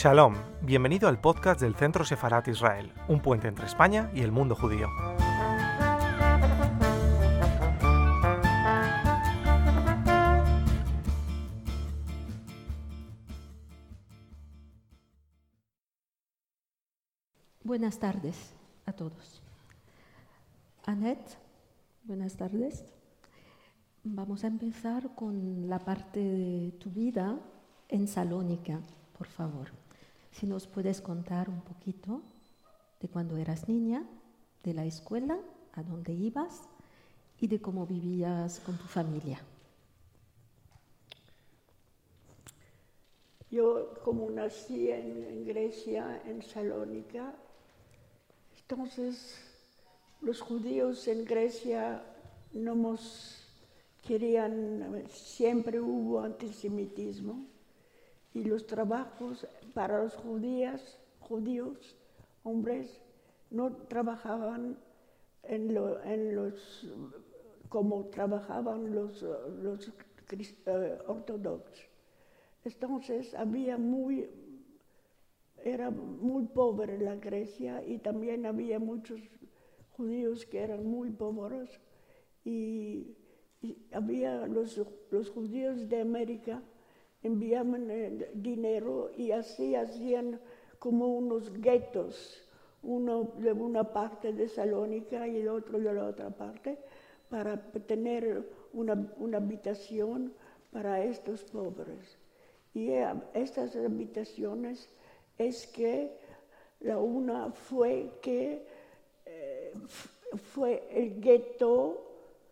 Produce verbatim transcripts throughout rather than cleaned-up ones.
Shalom, bienvenido al podcast del Centro Sefarat Israel, un puente entre España y el mundo judío. Buenas tardes a todos. Annette, buenas tardes. Vamos a empezar con la parte de tu vida en Salónica, por favor. Si nos puedes contar un poquito de cuando eras niña, de la escuela, a dónde ibas y de cómo vivías con tu familia. Yo, como nací en, en Grecia, en Salónica, entonces los judíos en Grecia no nos querían, siempre hubo antisemitismo y los trabajos para los judías, judíos, hombres, no trabajaban en, lo, en los, como trabajaban los, los uh, ortodoxos. Entonces había muy, era muy pobre la Grecia y también había muchos judíos que eran muy pobres y, y había los, los judíos de América enviaban eh, dinero y así hacían como unos guetos, uno de una parte de Salónica y el otro de la otra parte, para tener una, una habitación para estos pobres. Y estas habitaciones es que la una fue que eh, fue el gueto,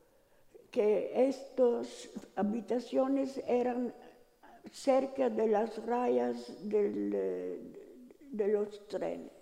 que estas habitaciones eran cerca de las rayas del, de los trenes.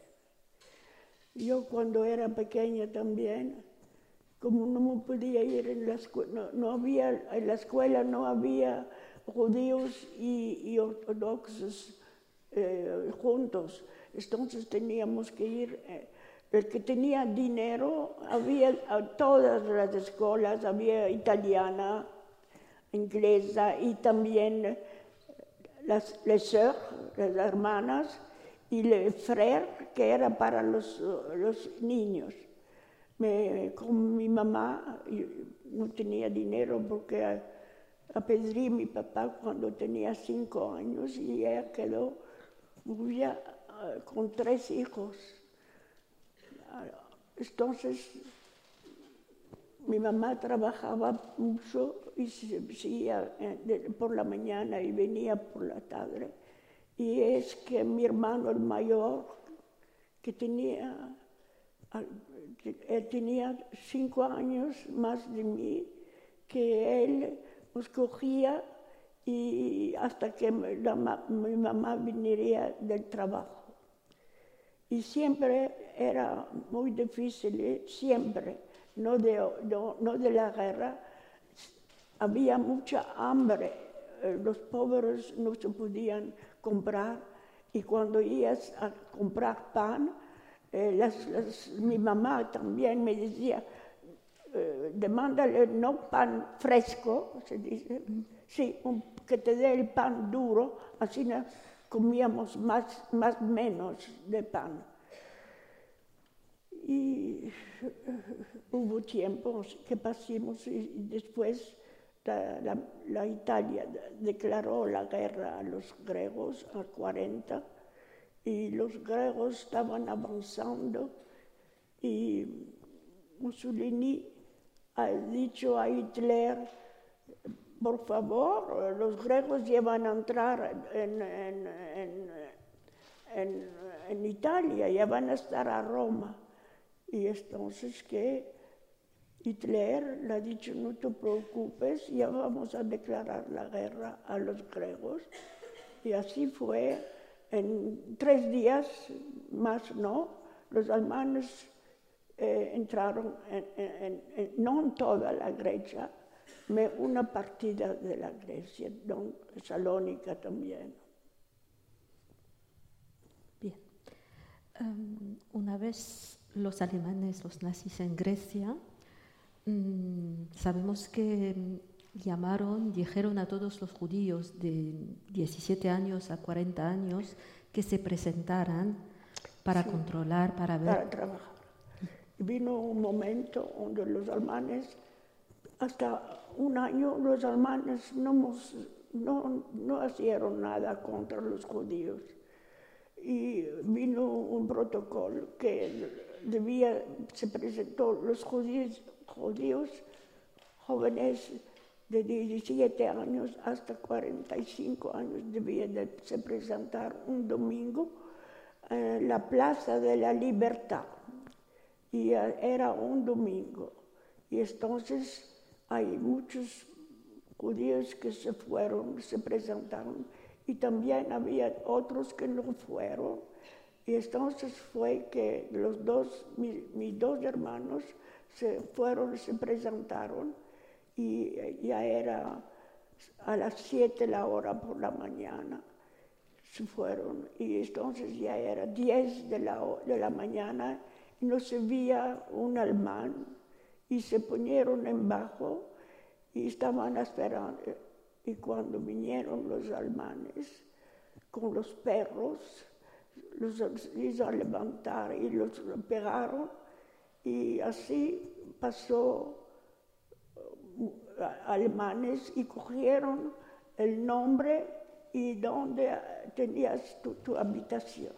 Yo cuando era pequeña también, como no me podía ir en la escuela, no, no había, en la escuela no había judíos y, y ortodoxos eh, juntos, entonces teníamos que ir, eh, el que tenía dinero, había a todas las escuelas, había italiana, inglesa y también las les sœurs, las hermanas, y les frères, que era para los, los niños. Me, con mi mamá, no tenía dinero porque a, a pedí mi papá cuando tenía cinco años y ella quedó ya, uh, con tres hijos. Entonces, mi mamá trabajaba mucho y se iba por la mañana y venía por la tarde. Y es que mi hermano el mayor, que tenía, que tenía cinco años más de mí, que él nos cogía y hasta que la, mi mamá viniera del trabajo. Y siempre era muy difícil, siempre. No de, no, no de la guerra, había mucha hambre, los pobres no se podían comprar y cuando ibas a comprar pan, eh, las, las, mi mamá también me decía, eh, demándale no pan fresco, se dice, sí, un, que te dé el pan duro, así no, comíamos más, más menos de pan. Y hubo tiempos que pasamos y después la, la, la Italia declaró la guerra a los griegos al cuarenta y los griegos estaban avanzando y Mussolini ha dicho a Hitler, por favor, los griegos ya van a entrar en, en, en, en, en Italia, ya van a estar a Roma. Y entonces que Hitler le ha dicho, no te preocupes, ya vamos a declarar la guerra a los griegos. Y así fue, en tres días, más no, los alemanes eh, entraron, en, en, en, no en toda la Grecia, pero una partida de la Grecia, don Salónica también. Bien. Um, una vez los alemanes, los nazis en Grecia, mmm, sabemos que llamaron, dijeron a todos los judíos de diecisiete años a cuarenta años que se presentaran para sí, controlar, para ver. Para trabajar. Y vino un momento donde los alemanes, hasta un año, los alemanes no, no, no hicieron nada contra los judíos. Y vino un protocolo que debía, se presentó los judíos, judíos jóvenes de diecisiete años hasta cuarenta y cinco años debían de se presentar un domingo en la Plaza de la Libertad. Y era un domingo. Y entonces hay muchos judíos que se fueron, se presentaron, y también había otros que no fueron. Y entonces fue que los dos, mi, mis dos hermanos se fueron, se presentaron, y ya era a las siete la hora por la mañana. Se fueron, y entonces ya era diez de la, de la mañana, y no se veía un alemán, y se ponieron en bajo, y estaban esperando. Y cuando vinieron los alemanes con los perros, los hizo a levantar y los pegaron, y así pasó alemanes y cogieron el nombre y dónde tenías tu, tu habitación.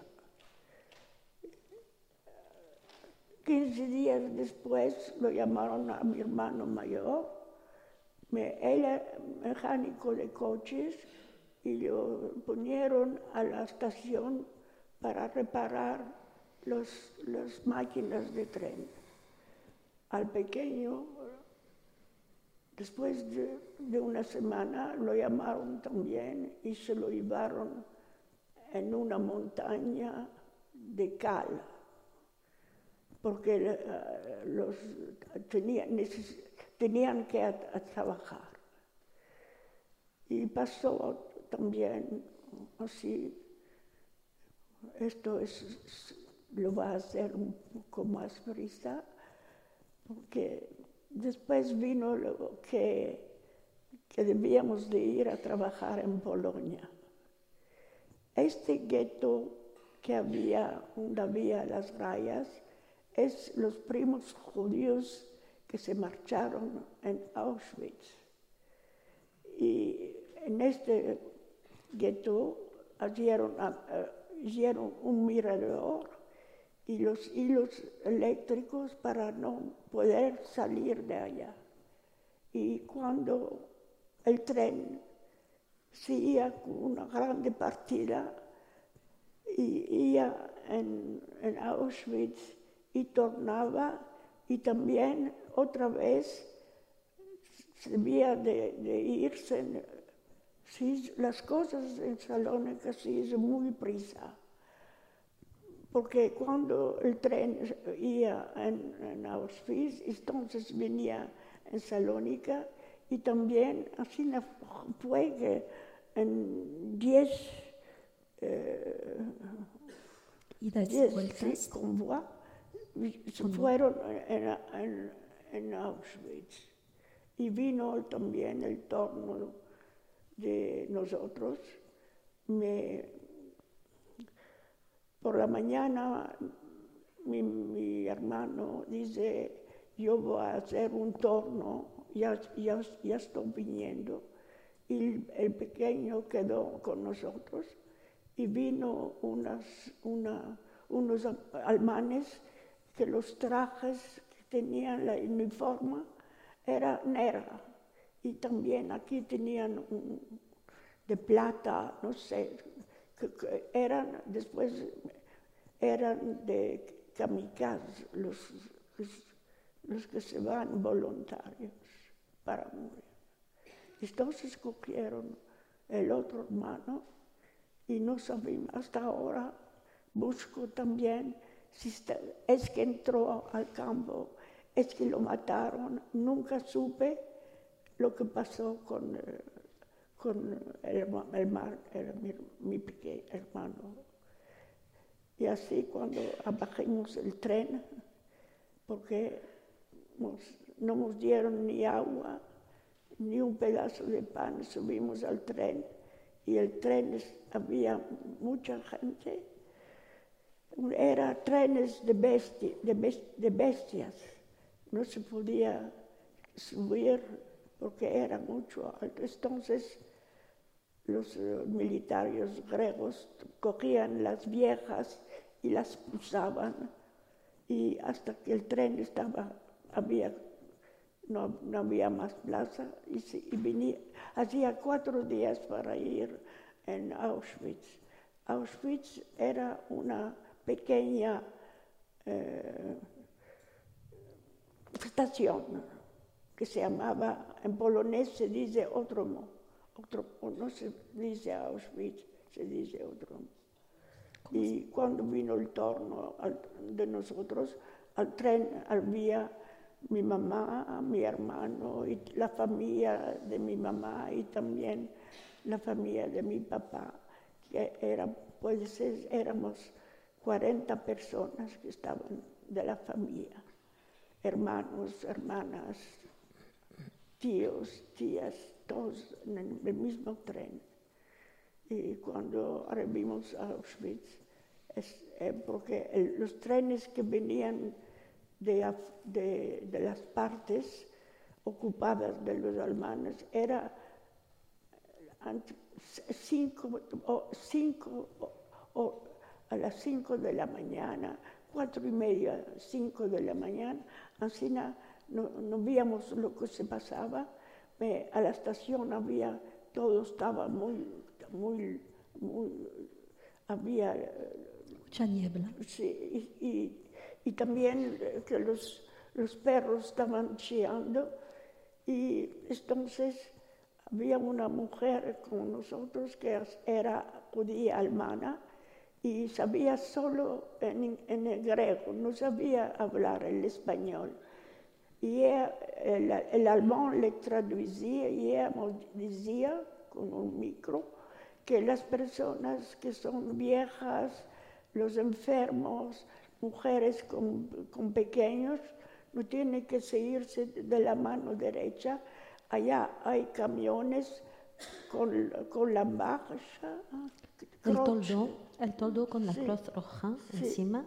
quince días después lo llamaron a mi hermano mayor. Me, él era mecánico de coches, y lo ponieron a la estación para reparar los, las máquinas de tren. Al pequeño, después de, de una semana, lo llamaron también y se lo llevaron en una montaña de cal, porque uh, los tenían necesidad. Tenían que a, a trabajar. Y pasó también así, esto es, lo va a hacer un poco más prisa, porque después vino lo que, que debíamos de ir a trabajar en Polonia. Este gueto que había, donde había las rayas, es los primos judíos que se marcharon en Auschwitz. Y en este gueto hicieron, uh, hicieron un mirador y los hilos eléctricos para no poder salir de allá. Y cuando el tren seguía con una grande partida y iba en, en Auschwitz y tornaba, y también otra vez se debía de, de irse. Sí, las cosas en Salónica se hizo muy prisa, porque cuando el tren iba en, en Auschwitz, entonces venía en Salónica, y también así fue que en diez eh, vueltas convois se fueron en, en, en Auschwitz. Y vino también el turno de nosotros. Me, por la mañana mi, mi hermano dice, yo voy a hacer un turno, ya, ya, ya estoy viniendo. Y el pequeño quedó con nosotros, y vino unas, una, unos alemanes que los trajes que tenían la uniforme era negra, y también aquí tenían un, de plata, no sé, que, que eran, después eran de kamikazes, los, los, los que se van voluntarios para morir. Entonces cogieron el otro hermano, y no sabemos, hasta ahora busco también si está, es que entró al campo, es que lo mataron. Nunca supe lo que pasó con, eh, con el, el, el, mi, mi pequeño hermano. Y así cuando bajamos el tren, porque nos, no nos dieron ni agua, ni un pedazo de pan. Subimos al tren y el tren es, había mucha gente. Era trenes de, besti, de, best, de bestias. No se podía subir porque era mucho alto. Entonces los uh, militares griegos cogían las viejas y las usaban, y hasta que el tren estaba, había, no, no había más plaza, y, se, y venía, hacía cuatro días para ir en Auschwitz. Auschwitz era una pequeña eh, estación que se llamaba, en polonés se dice Otromo, otro, no se dice Auschwitz, se dice Otromo. Y cuando vino el turno al, de nosotros, al tren había mi mamá, mi hermano, y la familia de mi mamá y también la familia de mi papá, que era, pues éramos cuarenta personas que estaban de la familia, hermanos, hermanas, tíos, tías, todos en el mismo tren. Y cuando arribamos a Auschwitz, es, eh, porque el, los trenes que venían de, de, de las partes ocupadas de los alemanes era cinco, o, cinco o, o, a las cinco de la mañana, cuatro y media, cinco de la mañana, así no, no veíamos lo que se pasaba. Eh, a la estación había, todo estaba muy, muy, muy, había mucha niebla. Sí, y, y, y también que los, los perros estaban chillando, y entonces había una mujer con nosotros que era judía alemana y sabía solo en, en el griego, no sabía hablar el español. Y ella, el, el alemán le traducía y ella nos decía con un micro que las personas que son viejas, los enfermos, mujeres con, con pequeños, no tienen que seguirse de la mano derecha. Allá hay camiones con, con la marcha. El toldo, el toldo con la sí, cruz roja sí. encima.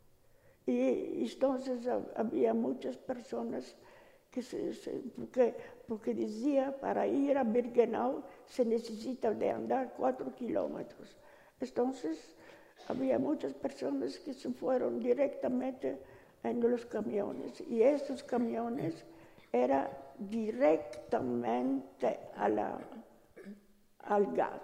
Y entonces había muchas personas que, se, se, porque, porque decía, para ir a Birkenau se necesita de andar cuatro kilómetros. Entonces había muchas personas que se fueron directamente en los camiones, y esos camiones eran directamente a la, al gas.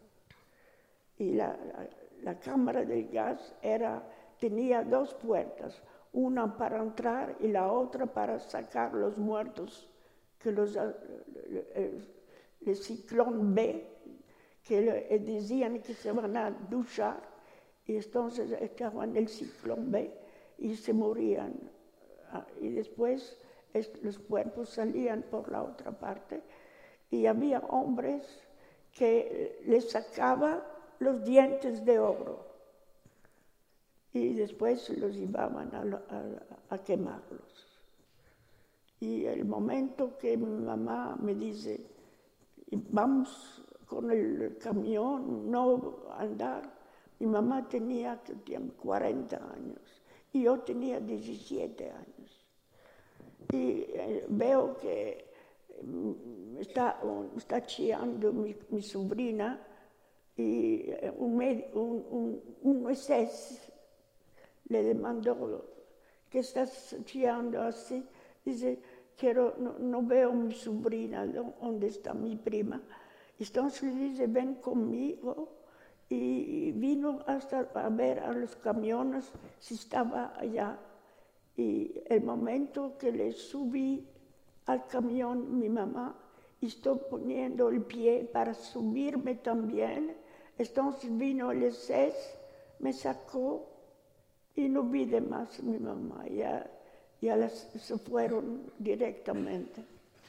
Y la, la, la cámara del gas era, tenía dos puertas, una para entrar y la otra para sacar los muertos, que los, el, el, el ciclón B, que le, decían que se van a duchar, y entonces estaban en el ciclón B y se morían. Y después es, los cuerpos salían por la otra parte, y había hombres que les sacaba los dientes de oro y después los llevaban a, a, a quemarlos. Y el momento que mi mamá me dice, vamos con el camión, no andar, mi mamá tenía cuarenta años y yo tenía diecisiete años. Y eh, veo que eh, está, está chillando mi, mi sobrina, y un, un, un, un S S le demandó, ¿qué estás chillando así? Dice, quiero, no, no veo a mi sobrina, ¿dónde está mi prima? Entonces le dice, ven conmigo, y vino hasta a ver a los camiones si estaba allá. Y el momento que le subí al camión, mi mamá, y estoy poniendo el pie para subirme también, entonces vino el S S, me sacó y no vi de más a mi mamá, ya, ya las, se fueron directamente.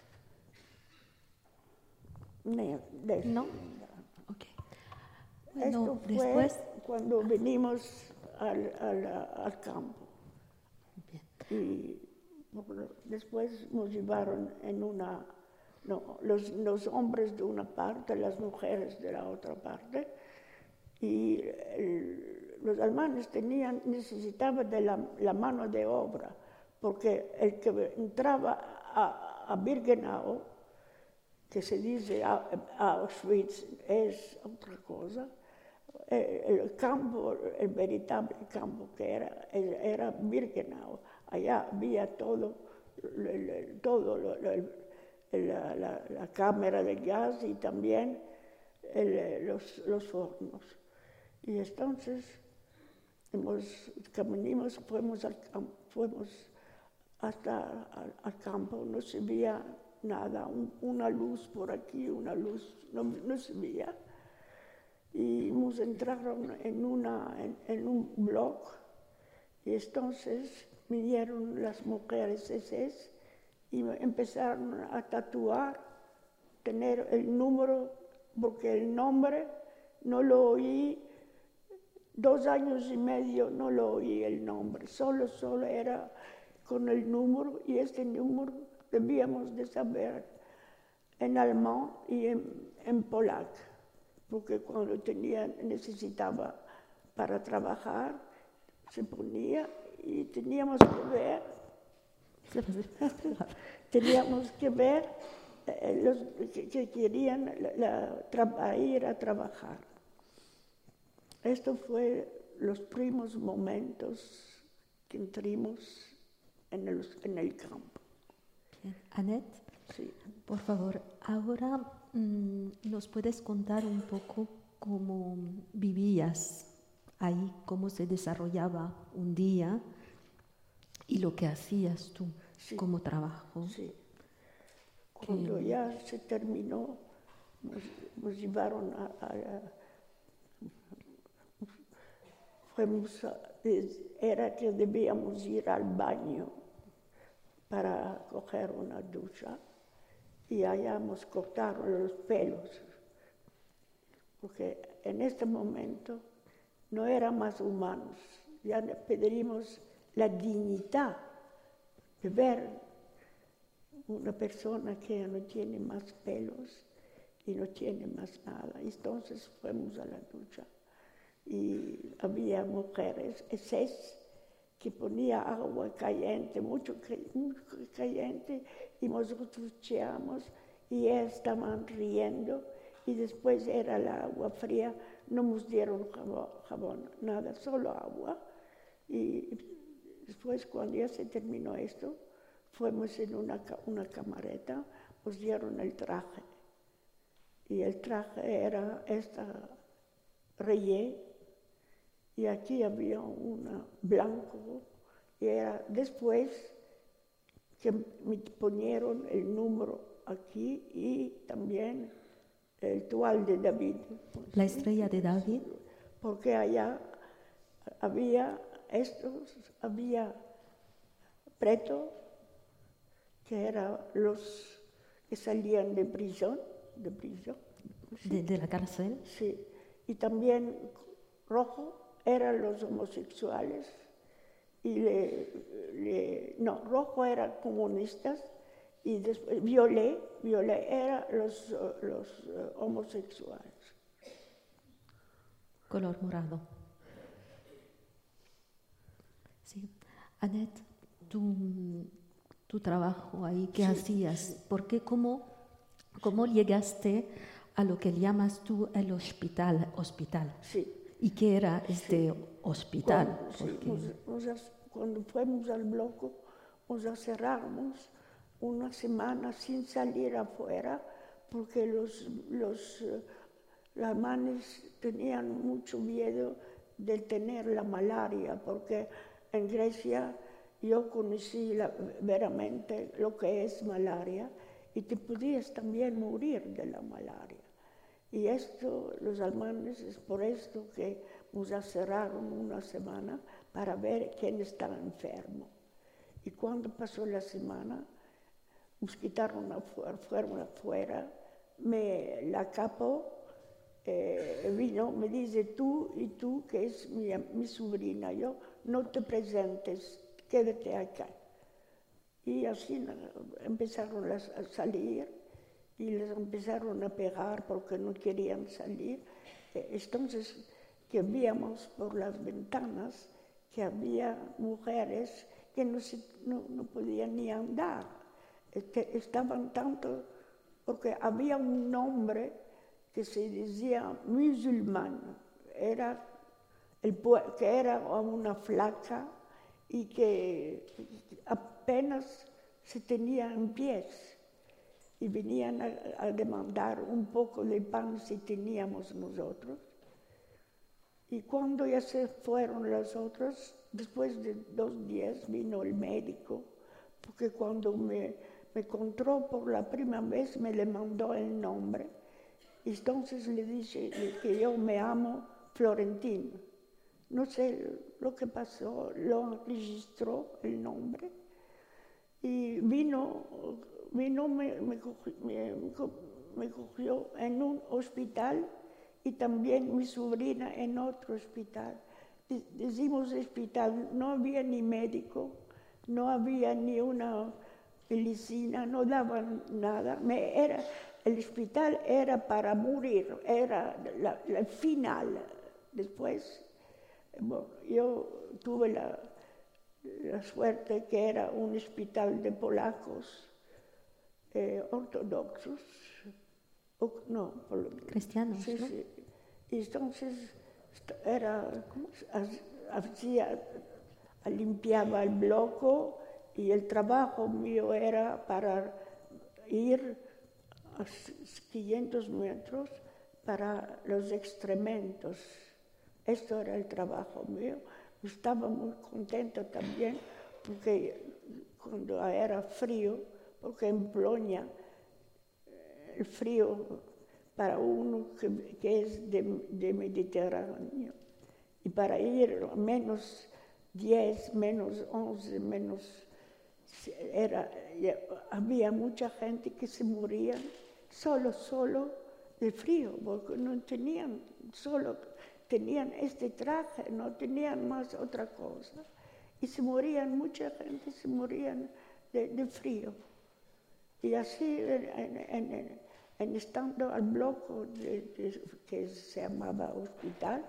No, ok. Esto no, fue después... cuando venimos al, al, al campo. Bien. Y después nos llevaron en una no, los, los hombres de una parte, las mujeres de la otra parte, y el, los alemanes tenían, necesitaban de la, la mano de obra, porque el que entraba a, a Birkenau, que se dice a, a Auschwitz, es otra cosa. El campo, el veritable campo que era, era Birkenau. Allá había todo, todo la, la, la cámara de gas y también el, los, los hornos. Y entonces hemos, caminamos, fuimos, al, fuimos hasta al, al campo, no se veía nada, un, una luz por aquí, una luz, no, no se veía. Y nos entraron en, una, en, en un blog y entonces vinieron las mujeres esas y empezaron a tatuar, tener el número, porque el nombre no lo oí, dos años y medio no lo oí el nombre, solo, solo era con el número y este número debíamos de saber en alemán y en, en polaco. Porque cuando tenía, necesitaba para trabajar, se ponía y teníamos que ver, teníamos que ver eh, los que, que querían la, la, ir a trabajar. Esto fue los primeros momentos que entramos en el, en el campo. Bien. Annette, sí. Por favor, ahora mmm, nos puedes contar un poco cómo vivías ahí, cómo se desarrollaba un día y lo que hacías tú sí. como trabajo. Sí. Cuando que... ya se terminó, nos, nos llevaron a, a, a fuimos a, era que debíamos ir al baño para coger una ducha. Y allá nos cortaron los pelos, porque en este momento no eran más humanos, ya pedimos la dignidad de ver una persona que no tiene más pelos y no tiene más nada. Entonces fuimos a la ducha y había mujeres, esas, que ponía agua caliente, mucho, mucho caliente, y nosotros echamos y estaban riendo, y después era el agua fría, no nos dieron jabón, jabón, nada, solo agua. Y después, cuando ya se terminó esto, fuimos en una, una camareta, nos dieron el traje, y el traje era esta rayé, y aquí había un blanco, y era después que me ponieron el número aquí y también el toal de David. La estrella de David. Porque allá había estos, había pretos, que eran los que salían de prisión, de prisión. ¿Sí? De, de la cárcel. Sí, y también rojo eran los homosexuales, y le, le, no, rojo eran comunistas, y después violet, violet eran los, los uh, homosexuales. Color morado. Sí. Annette, tu, tu trabajo ahí, ¿qué sí, hacías? Sí. ¿Por qué, cómo, cómo llegaste a lo que llamas tú el hospital? hospital? Sí. ¿Y qué era este sí. hospital? Cuando, sí, nos, nos, cuando fuimos al bloque, nos encerramos una semana sin salir afuera, porque los, los, los alemanes tenían mucho miedo de tener la malaria, porque en Grecia yo conocí la, veramente lo que es malaria, y te podías también morir de la malaria. Y esto, los alemanes, es por esto que nos encerraron una semana para ver quién estaba enfermo. Y cuando pasó la semana, nos quitaron afuera, fueron afuera, me la capo, eh, vino, me dice tú y tú, que es mi, mi sobrina, yo, no te presentes, quédate acá. Y así empezaron a salir, y les empezaron a pegar porque no querían salir. Entonces, que víamos por las ventanas que había mujeres que no, se, no, no podían ni andar. Este, estaban tanto, porque había un nombre que se decía musulmán, era el, que era una flaca y que apenas se tenía en pies. Y venían a, a demandar un poco de pan si teníamos nosotros. Y cuando ya se fueron las otras, después de dos días vino el médico, porque cuando me, me encontró por la primera vez me le mandó el nombre. Y entonces le dije que yo me llamo Florentina. No sé lo que pasó, lo registró el nombre. Y vino, vino me, me, cogió, me, me cogió en un hospital y también mi sobrina en otro hospital. Decimos hospital, no había ni médico, no había ni una medicina, no daban nada. Me era, el hospital era para morir, era la, la final. Después, bueno, yo tuve la, la suerte que era un hospital de polacos eh, ortodoxos, o, no, cristianos, sí, ¿no? Sí. Y entonces era, hacía, limpiaba el bloque y el trabajo mío era para ir a quinientos metros para los excrementos. Esto era el trabajo mío. Estaba muy contento también porque cuando era frío, porque en Polonia el frío para uno que, que es de, de Mediterráneo, y para ir a menos diez, menos once, menos, era, había mucha gente que se moría solo, solo de frío, porque no tenían, solo tenían este traje, no tenían más otra cosa, y se morían, mucha gente se morían de, de frío. Y así, en, en, en, en estando al bloque de, de, que se llamaba hospital,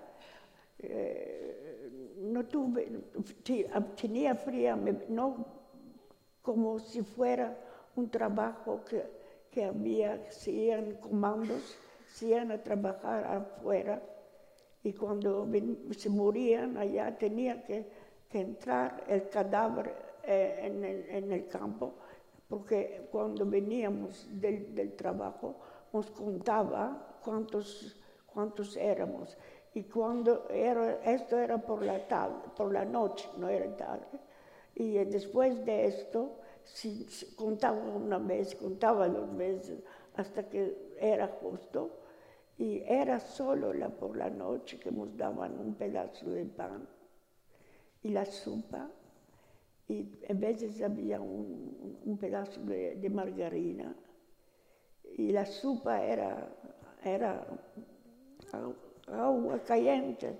eh, no tuve, tenía frío, no como si fuera un trabajo que, que había, se iban comandos, se iban a trabajar afuera, y cuando ven, se morían allá tenía que, que entrar el cadáver eh, en, el, en el campo, porque cuando veníamos del, del trabajo nos contaba cuántos, cuántos éramos. Y cuando era, esto era por la tarde, por la noche, no era tarde. Y después de esto, si, si contaba una vez, contaba dos veces, hasta que era justo. Y era solo la, por la noche que nos daban un pedazo de pan y la sopa. Y a veces había un, un pedazo de, de margarina. Y la sopa era, era agua caliente.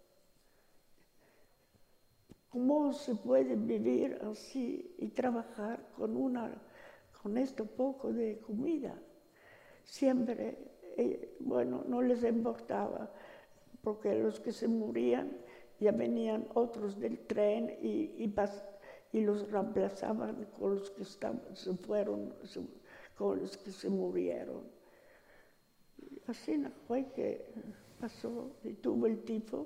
¿Cómo se puede vivir así y trabajar con, una, con esto poco de comida? Siempre, eh, bueno, no les importaba, porque los que se morían ya venían otros del tren y, y, pas, y los reemplazaban con los que estaban, se fueron, se, con los que se murieron. Y así no fue que pasó y tuvo el tifo.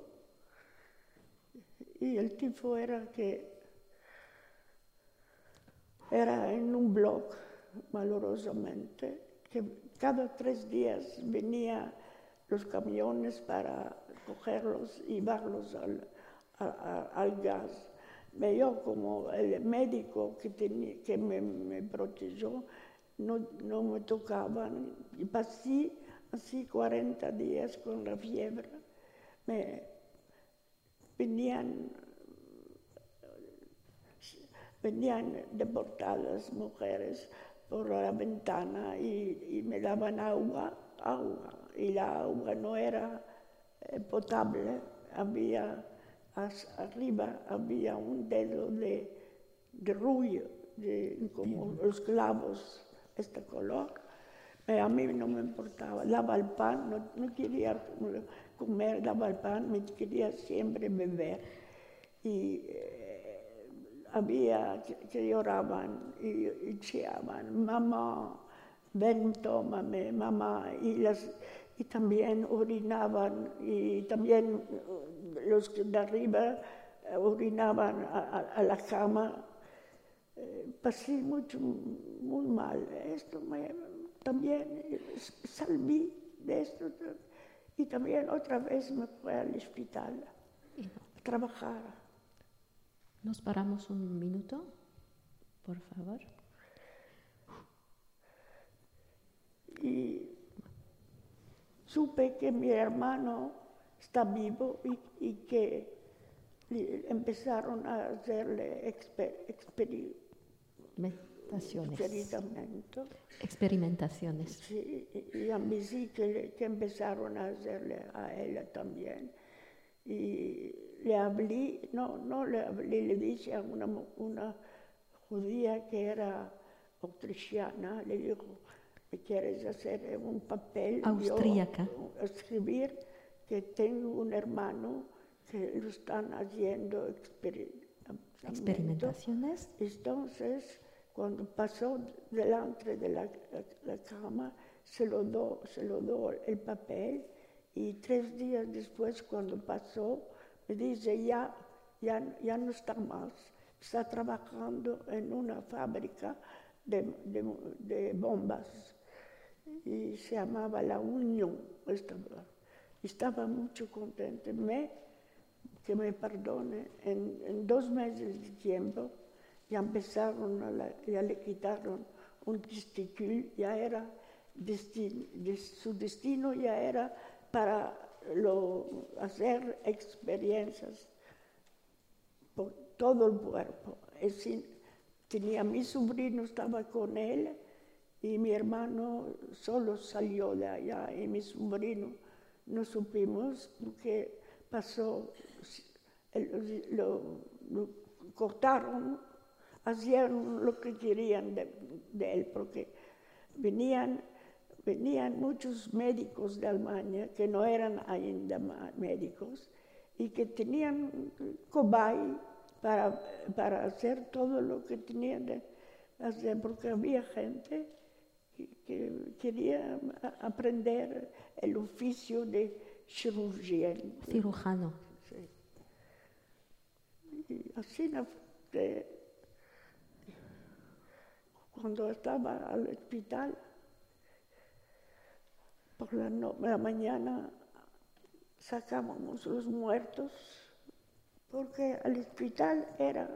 Y el tifo era que era en un blog, malorosamente, que cada tres días venían los camiones para cogerlos y llevarlos al, a, a, al gas. Yo, como el médico que, tenía, que me, me protegió, no, no me tocaban. Y pasé así cuarenta días con la fiebre. Me, Venían, venían deportadas mujeres por la ventana y, y me daban agua, agua, y la agua no era eh, potable. Había, arriba había un dedo de, de rubio, de, como los clavos, este color, Eh, a mí no me importaba, daba el pan, no, no quería comer, daba el pan, me quería siempre beber. Y eh, había que, que lloraban y, y chillaban, mamá, ven, tómame, mamá. Y, las, y también orinaban, y también los de arriba orinaban a, a, a la cama. Eh, pasé mucho, muy mal. Esto me, también salí de esto. Y también otra vez me fui al hospital a trabajar. Nos paramos un minuto, por favor. Y supe que mi hermano está vivo y, y que empezaron a hacerle exper, exper, experimento. Experimentaciones. Sí, y a mí sí que, que empezaron a hacerle a ella también. Y le hablé, no, no le hablé, le dije a una, una judía que era austriaca, le digo, ¿me quieres hacer un papel? Austríaca. Yo, escribir que tengo un hermano que lo están haciendo experimentaciones. Entonces, cuando pasó delante de la, la, la cama, se lo do, se lo do el papel, y tres días después, cuando pasó, me dice, ya, ya, ya no está más, está trabajando en una fábrica de, de, de bombas, y se llamaba La Unión. Estaba, estaba mucho contenta. Me, que me perdone, en, en dos meses de tiempo, ya empezaron, a la, ya le quitaron un testículo, ya era, destin, de, su destino ya era para lo, hacer experiencias por todo el cuerpo. Es decir, tenía mi sobrino, estaba con él, y mi hermano solo salió de allá, y mi sobrino no supimos porque pasó, lo, lo cortaron, hacían lo que querían de, de él, porque venían, venían muchos médicos de Alemania que no eran ainda médicos y que tenían cobay para, para hacer todo lo que tenían de hacer, porque había gente que, que quería aprender el oficio de cirugía. Cirujano. Sí. Y así, de, cuando estaba al hospital, por la, no, la mañana sacábamos los muertos, porque al hospital era,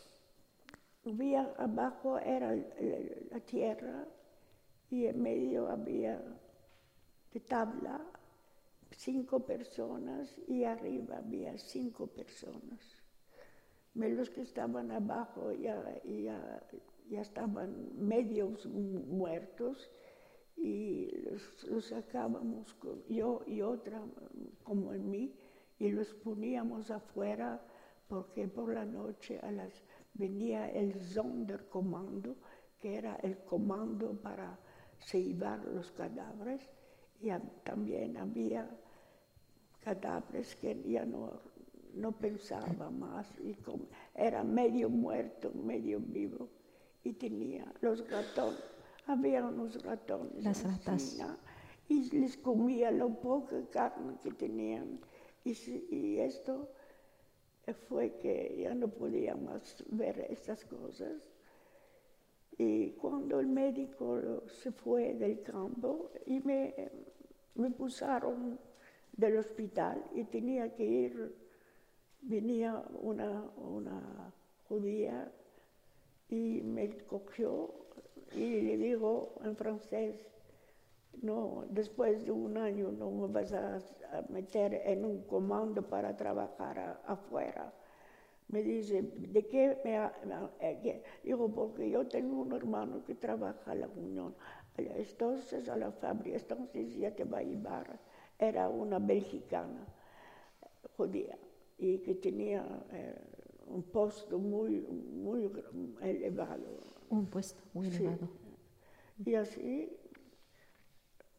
había abajo era la tierra y en medio había de tabla cinco personas y arriba había cinco personas. Los que estaban abajo ya, ya, ya estaban medios muertos y los, los sacábamos, con, yo y otra como en mí, y los poníamos afuera porque por la noche a las, venía el Sonderkommando, que era el comando para cebar los cadáveres, y a, también había cadáveres que ya no, no pensaba más, y como, era medio muerto, medio vivo, y tenía los ratones, había unos ratones, las ratas, ¿no? Y les comía lo poca carne que tenían, y, y esto fue que ya no podía más ver estas cosas. Y cuando el médico se fue del campo y me, me pusieron del hospital y tenía que ir, venía una, una judía y me cogió y le digo en francés, no, después de un año no me vas a, a meter en un comando para trabajar a, afuera. Me dice, ¿de qué me ha, me, digo, porque yo tengo un hermano que trabaja a la Unión, entonces a la fábrica, entonces ya te va a llevar. Era una mexicana judía y que tenía eh, un puesto muy, muy elevado. Un puesto muy elevado. Sí. Y así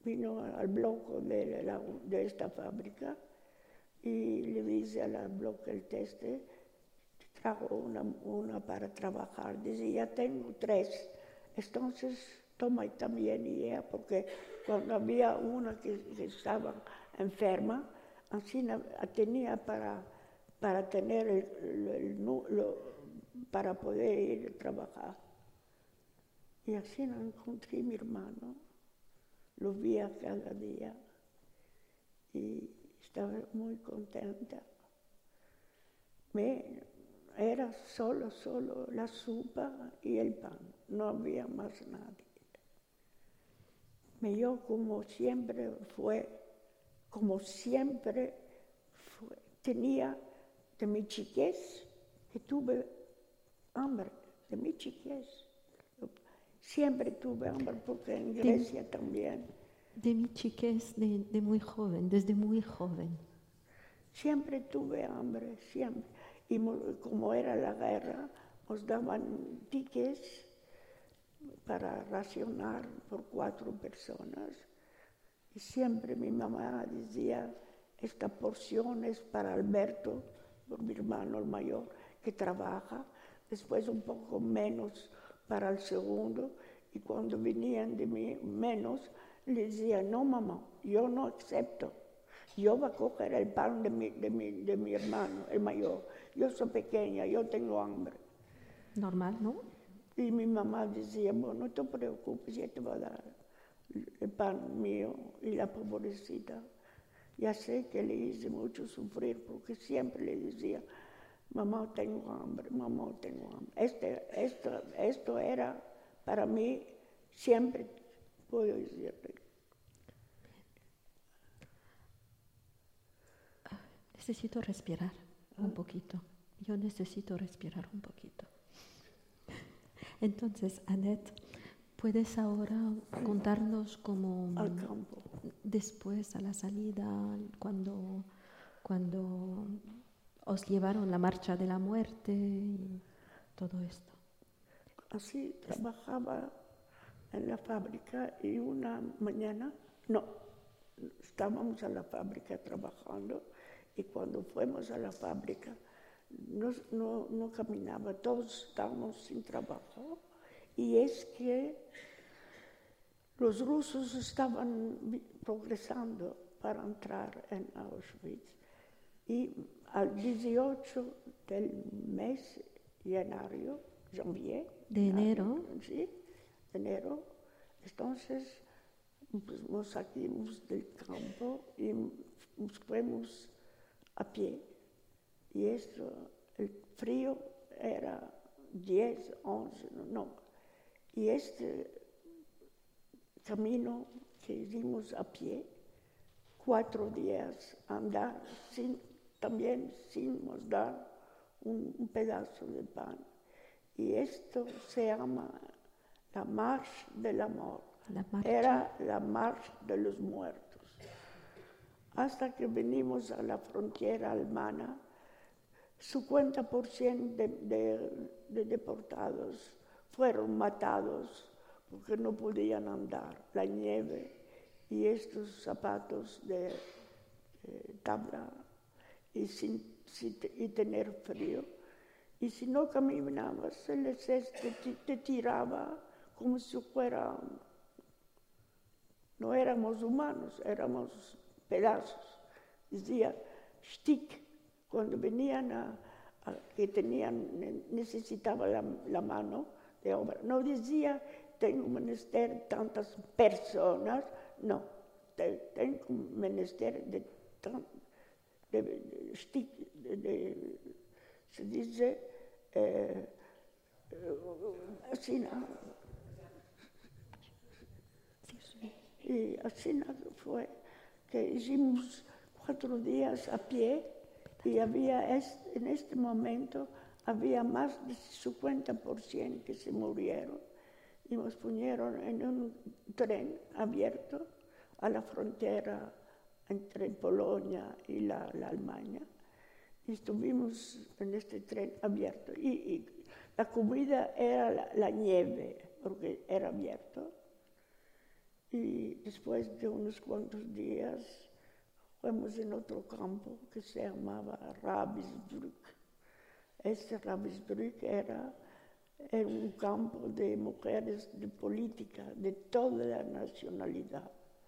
vino al bloque de, la, de esta fábrica y le dice al bloque el teste, trajo una, una para trabajar. Dice, ya tengo tres, entonces toma también y ella, porque cuando había una que, que estaba enferma, así tenía para, para tener el, el, el, lo, para poder ir a trabajar. Y así encontré a mi hermano, lo veía cada día y estaba muy contenta. Me, era solo, solo la sopa y el pan, no había más nadie. Me yo como siempre fue, como siempre fue, tenía de mi chiquez, que tuve hambre, de mi chiquez. Siempre tuve hambre porque en Grecia de, también. De mi chiquez, de, de muy joven, desde muy joven. Siempre tuve hambre, siempre. Y como era la guerra, nos daban tickets para racionar por cuatro personas. Y siempre mi mamá decía, esta porción es para Alberto, por mi hermano el mayor, que trabaja, después un poco menos para el segundo, y cuando venían de mí menos, le decía, no mamá, yo no acepto, yo voy a coger el pan de mi, de mi, de mi hermano, el mayor, yo soy pequeña, yo tengo hambre. Normal, ¿no? Y mi mamá decía, bueno, no te preocupes, ya te voy a dar el pan mío. Y la pobrecita, ya sé que le hice mucho sufrir, porque siempre le decía, mamá, tengo hambre, mamá, tengo hambre. Este, esto, esto era para mí, siempre puedo decirle. Necesito respirar un poquito. Yo necesito respirar un poquito. Entonces, Annette, ¿puedes ahora contarnos cómo al campo? Después, a la salida, cuando, cuando os llevaron la marcha de la muerte y todo esto? Así trabajaba en la fábrica y una mañana, no, estábamos en la fábrica trabajando y cuando fuimos a la fábrica no, no, no caminaba, todos estábamos sin trabajo y es que los rusos estaban progresando para entrar en Auschwitz y al dieciocho del mes enero, janvier, de enero, sí, de enero, entonces pues, nos salimos del campo y nos fuimos a pie. Y esto, el frío era diez, once, no. Y este camino que hicimos a pie, cuatro días andar, sin, también sin nos dar un, un pedazo de pan. Y esto se llama la Marcha del Amor. La marcha. Era la marcha de los muertos. Hasta que venimos a la frontera alemana, cincuenta por ciento de, de, de deportados fueron matados porque no podían andar, la nieve y estos zapatos de, de tabla y, sin, sin, y tener frío. Y si no caminabas, el ejército te, te tiraba como si fuera, no éramos humanos, éramos pedazos. Decía, stick. Cuando venían a, a que tenían, necesitaba la, la mano de obra. No decía, tengo menester tantas personas, no, te, tengo menester de, de, de, de, de se dice, eh, así, ¿no? Y así fue, que hicimos cuatro días a pie. Y había, en este momento, había más de cincuenta por ciento que se murieron. Y nos pusieron en un tren abierto a la frontera entre Polonia y la, la Alemania. Y estuvimos en este tren abierto. Y, y la comida era la, la nieve, porque era abierto. Y después de unos cuantos días fuimos en otro campo que se llamaba Ravensbrück. Este Ravensbrück era, era un campo de mujeres de política, de toda la nacionalidad.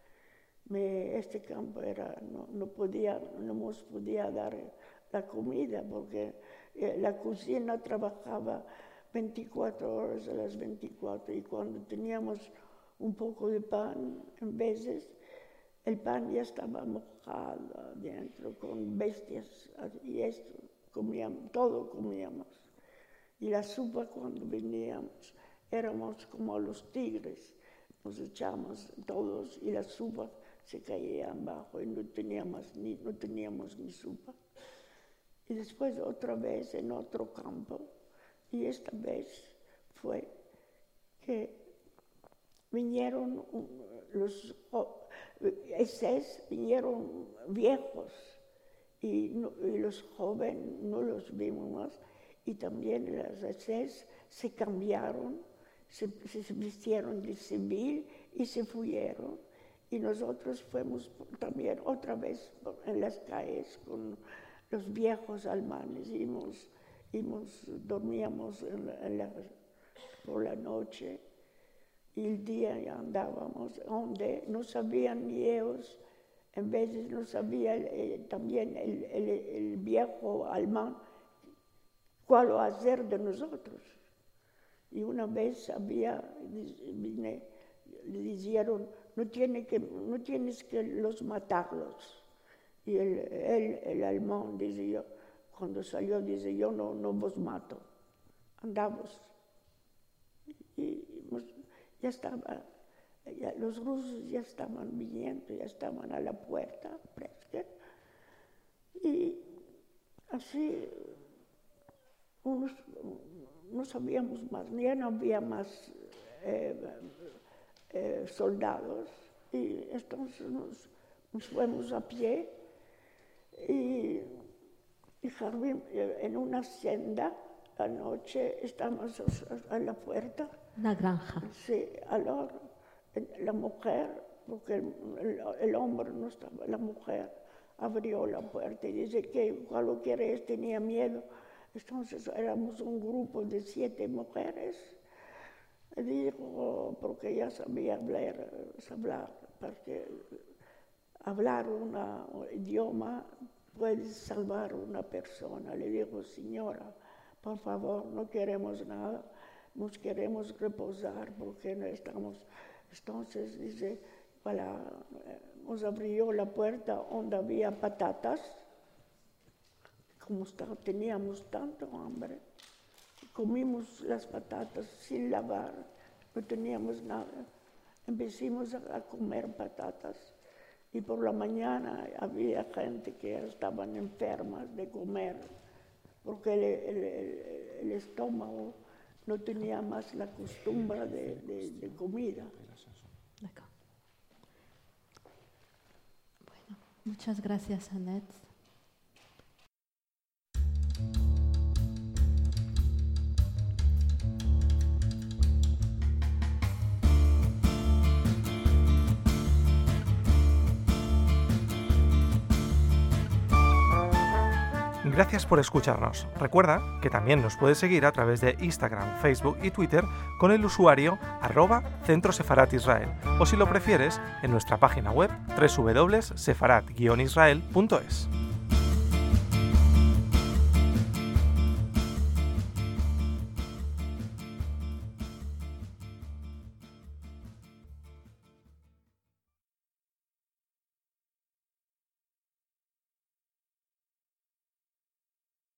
Me, este campo era, no, no, podía, no nos podía dar la comida porque eh, la cocina trabajaba veinticuatro horas a las veinticuatro y cuando teníamos un poco de pan, en veces el pan ya estaba mojado adentro con bestias y esto comíamos, todo comíamos. Y la sopa cuando veníamos éramos como los tigres, nos echamos todos y la sopa se caía abajo y no teníamos ni, no teníamos ni sopa. Y después otra vez en otro campo, y esta vez fue que vinieron los S S, vinieron viejos y, no, y los jóvenes no los vimos más y también las S S se cambiaron, se, se vistieron de civil y se fueron y nosotros fuimos también otra vez en las calles con los viejos alemanes, íbamos, íbamos, dormíamos en la, en la, por la noche. Y el día ya andábamos donde no sabían ni ellos, en veces no sabía eh, también el, el, el viejo alemán cuál hacer de nosotros. Y una vez había, vine, le dijeron, no, tiene que, no tienes que los matarlos. Y el, el, el alemán decía, cuando salió, dice, yo no, no vos mato, andamos. Y, y ya estaba, ya, los rusos ya estaban viniendo, ya estaban a la puerta, presque. Y así unos, no sabíamos más, ya no había más eh, eh, soldados. Y entonces nos, nos fuimos a pie y, y Jardín, en una senda, anoche estábamos a, a la puerta. Una granja. Sí, alors la mujer, porque el, el, el hombre no estaba, la mujer abrió la puerta y dice que cualquiera es tenía miedo. Entonces éramos un grupo de siete mujeres. Y dijo, porque ya sabía hablar, hablar porque hablar un idioma puede salvar a una persona. Le dijo, señora, por favor, no queremos nada. Nos queremos reposar porque no estamos. Entonces dice, para, nos abrió la puerta donde había patatas, como está, teníamos tanto hambre, comimos las patatas sin lavar, no teníamos nada. Empezamos a comer patatas y por la mañana había gente que estaban enfermas de comer porque el, el, el, el estómago no tenía más la costumbre de, de, de comida. Bueno, muchas gracias, Annette. Gracias por escucharnos. Recuerda que también nos puedes seguir a través de Instagram, Facebook y Twitter con el usuario arroba Centro Sefarat Israel o si lo prefieres en nuestra página web doble u doble u doble u punto sefarat guion israel punto es.